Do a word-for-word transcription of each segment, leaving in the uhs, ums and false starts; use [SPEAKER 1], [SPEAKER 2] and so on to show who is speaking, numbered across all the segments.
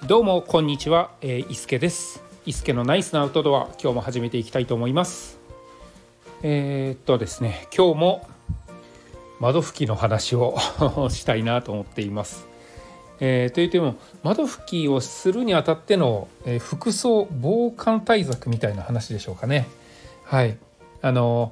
[SPEAKER 1] どうもこんにちは、えー、伊助です。伊助のナイスなアウトドア、今日も始めていきたいと思います。えー、っとですね今日も窓拭きの話をしたいなと思っています。えー、というても窓拭きをするにあたっての、えー、服装防寒対策みたいな話でしょうかね。はいあの、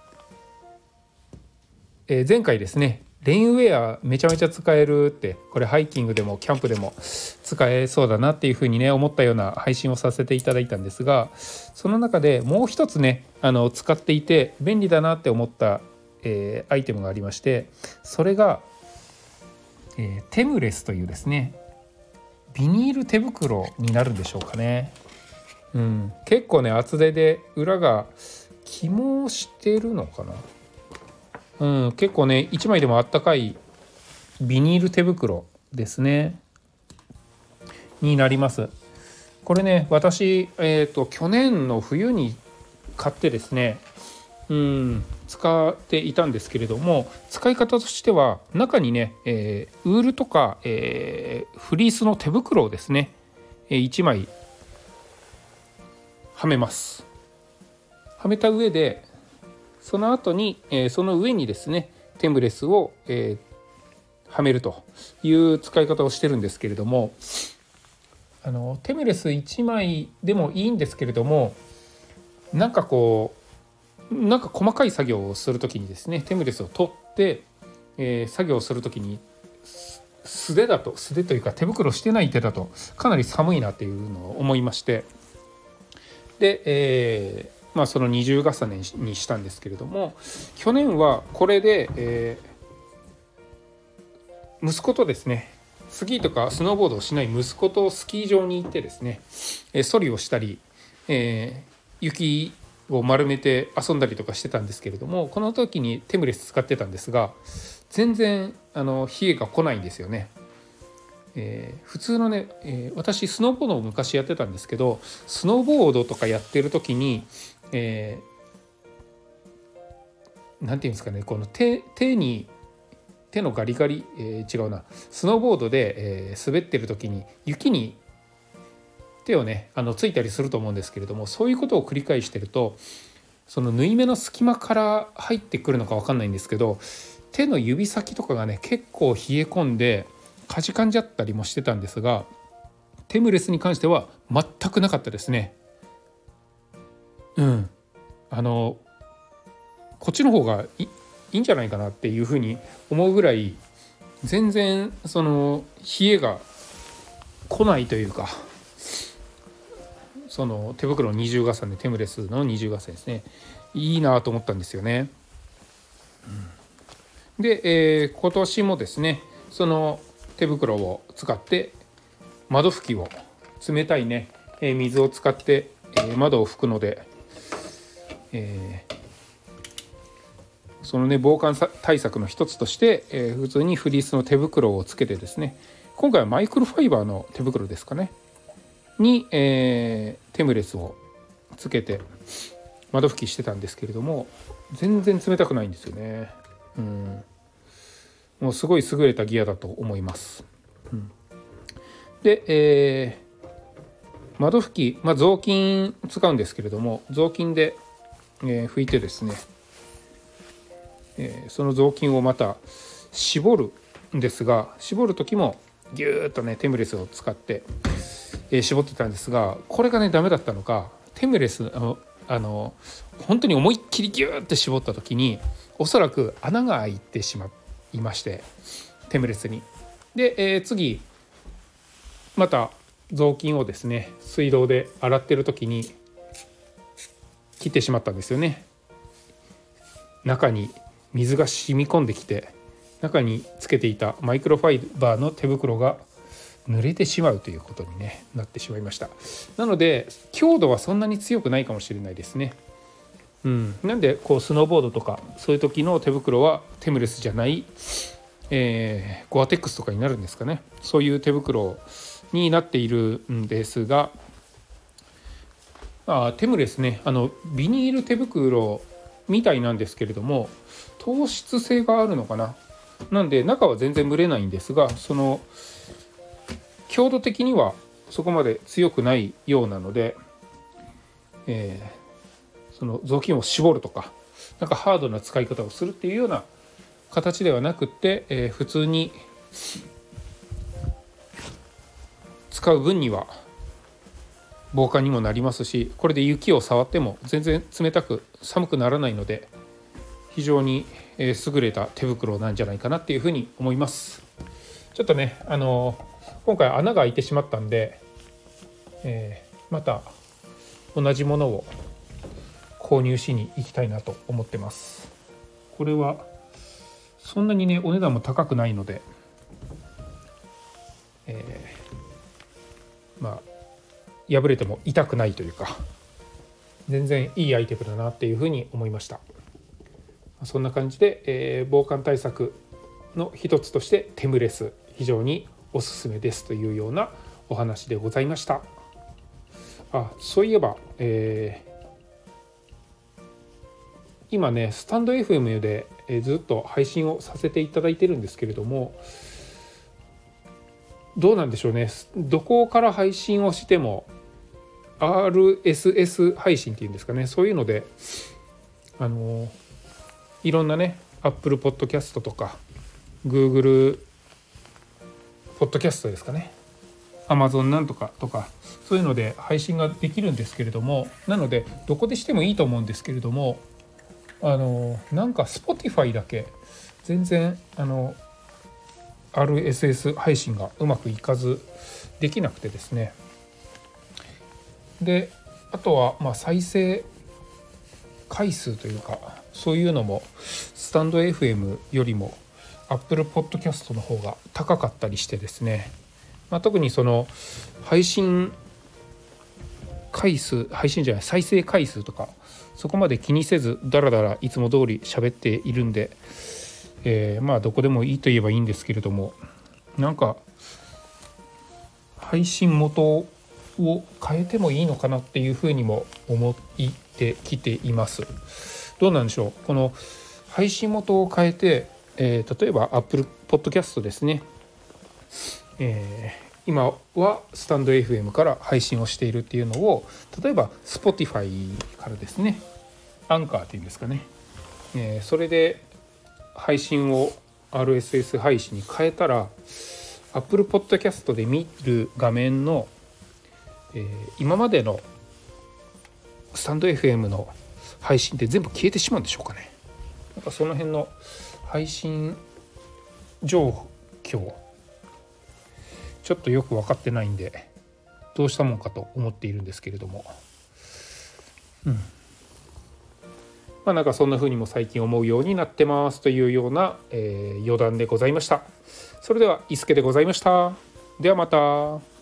[SPEAKER 1] えー、前回ですねレインウェアめちゃめちゃ使えるって、これハイキングでもキャンプでも使えそうだなっていうふうにね思ったような配信をさせていただいたんですが、その中でもう一つねあの使っていて便利だなって思った、えー、アイテムがありまして、それが、えー、テムレスというですねビニール手袋になるんでしょうかね。うん、結構ね厚手で裏が起毛してるのかな。うん、結構ねいちまいでもあったかいビニール手袋ですねになります。これね私、えーと、去年の冬に買ってですね、うん、使っていたんですけれども、使い方としては中にね、えー、ウールとか、えー、フリースの手袋をですねいちまいはめます。はめた上でその後に、えー、その上にですねテムレスを、えー、はめるという使い方をしてるんですけれども、あのテムレスいちまいでもいいんですけれども、なんかこうなんか細かい作業をするときにですねテムレスを取って、えー、作業をするときに素手だと素手というか手袋してない手だとかなり寒いなっていうのを思いまして、で、えーまあ、その二重重ねにしたんですけれども、去年はこれで、えー、息子とですねスキーとかスノーボードをしない息子とスキー場に行ってですねソリをしたり、えー、雪を丸めて遊んだりとかしてたんですけれども、この時にテムレス使ってたんですが全然あの冷えが来ないんですよね。えー、普通のね、えー、私スノーボードを昔やってたんですけど、スノーボードとかやってる時に、えー、なんていうんですかね、この 手, 手に手のガリガリ、えー、違うなスノーボードで、えー、滑ってる時に雪に手をねあのついたりすると思うんですけれども、そういうことを繰り返してるとその縫い目の隙間から入ってくるのか分かんないんですけど、手の指先とかがね結構冷え込んでかじかんじゃったりもしてたんですが、テムレスに関しては全くなかったですね。うんあのこっちの方が い, いいんじゃないかなっていうふうに思うぐらい、全然その冷えが来ないというか、その手袋の二重重ねテムレスの二重重ねですね、いいなと思ったんですよね。うん、で、えー、今年もですねその手袋を使って窓拭きを冷たいね、えー、水を使って、えー、窓を拭くので、えー、そのね防寒対策の一つとして、えー、普通にフリースの手袋をつけてですね、今回はマイクロファイバーの手袋ですかねに、えー、テムレスをつけて窓拭きしてたんですけれども、全然冷たくないんですよね。うん、もうすごい優れたギアだと思います。うん、で、えー、窓拭き、まあ、雑巾使うんですけれども、雑巾で、えー、拭いてですね、えー、その雑巾をまた絞るんですが、絞る時もギューッとねテムレスを使って、えー、絞ってたんですが、これがねダメだったのか、テムレスあのあの本当に思いっきりギューって絞った時におそらく穴が開いてしまいまして、テムレスに。で、えー、次また雑巾をですね水道で洗ってる時に切ってしまったんですよね。中に水が染み込んできて、中につけていたマイクロファイバーの手袋が濡れてしまうということに、ね、なってしまいました。なので強度はそんなに強くないかもしれないですね。うん、なんでこうスノーボードとかそういう時の手袋はテムレスじゃない、えー、ゴアテックスとかになるんですかね、そういう手袋になっているんですが、あテムレスねあのビニール手袋みたいなんですけれども透湿性があるのかな。なんで中は全然蒸れないんですが、その強度的にはそこまで強くないようなので、えー、その雑巾を絞るとかなんかハードな使い方をするっていうような形ではなくって、えー、普通に使う分には防寒にもなりますし、これで雪を触っても全然冷たく寒くならないので非常に優れた手袋なんじゃないかなっていうふうに思います。ちょっとね、あの今回穴が開いてしまったんで、えー、また同じものを購入しに行きたいなと思ってます。これはそんなにねお値段も高くないので、えー、まあ破れても痛くないというか全然いいアイテムだなっていうふうに思いました。そんな感じで、えー、防寒対策の一つとしてテムレス非常におすすめですというようなお話でございました。あ、そういえば、えー、今ねスタンド エフエム で、えー、ずっと配信をさせていただいてるんですけれども、どうなんでしょうね、どこから配信をしても アールエスエス 配信っていうんですかね、そういうのであのいろんなね Apple Podcast とか Google Podcast ですかね、 Amazon なんとかとかそういうので配信ができるんですけれども、なのでどこでしてもいいと思うんですけれども、あのなんか Spotify だけ全然あの アールエスエス 配信がうまくいかずできなくてですね、であとはまあ再生回数というかそういうのもスタンド エフエム よりも Apple Podcast の方が高かったりしてですね、まあ、特にその配信回数配信じゃない再生回数とかそこまで気にせずだらだらいつも通り喋っているんで、えー、まあどこでもいいと言えばいいんですけれども、なんか配信元を変えてもいいのかなっていうふうにも思ってきています。どうなんでしょう、この配信元を変えて、えー、例えば Apple Podcast ですね、えー、今はスタンド エフエム から配信をしているっていうのを例えば Spotify からですね、アンカーっていうんですかね、えー、それで配信を アールエスエス 配信に変えたら Apple Podcast で見る画面の、えー、今までのスタンド エフエム の配信って全部消えてしまうんでしょうかね。なんかその辺の配信状況ちょっとよく分かってないんでどうしたもんかと思っているんですけれども、うん、まあなんかそんな風にも最近思うようになってますというような、えー、余談でございました。それでは伊助でございました。ではまた。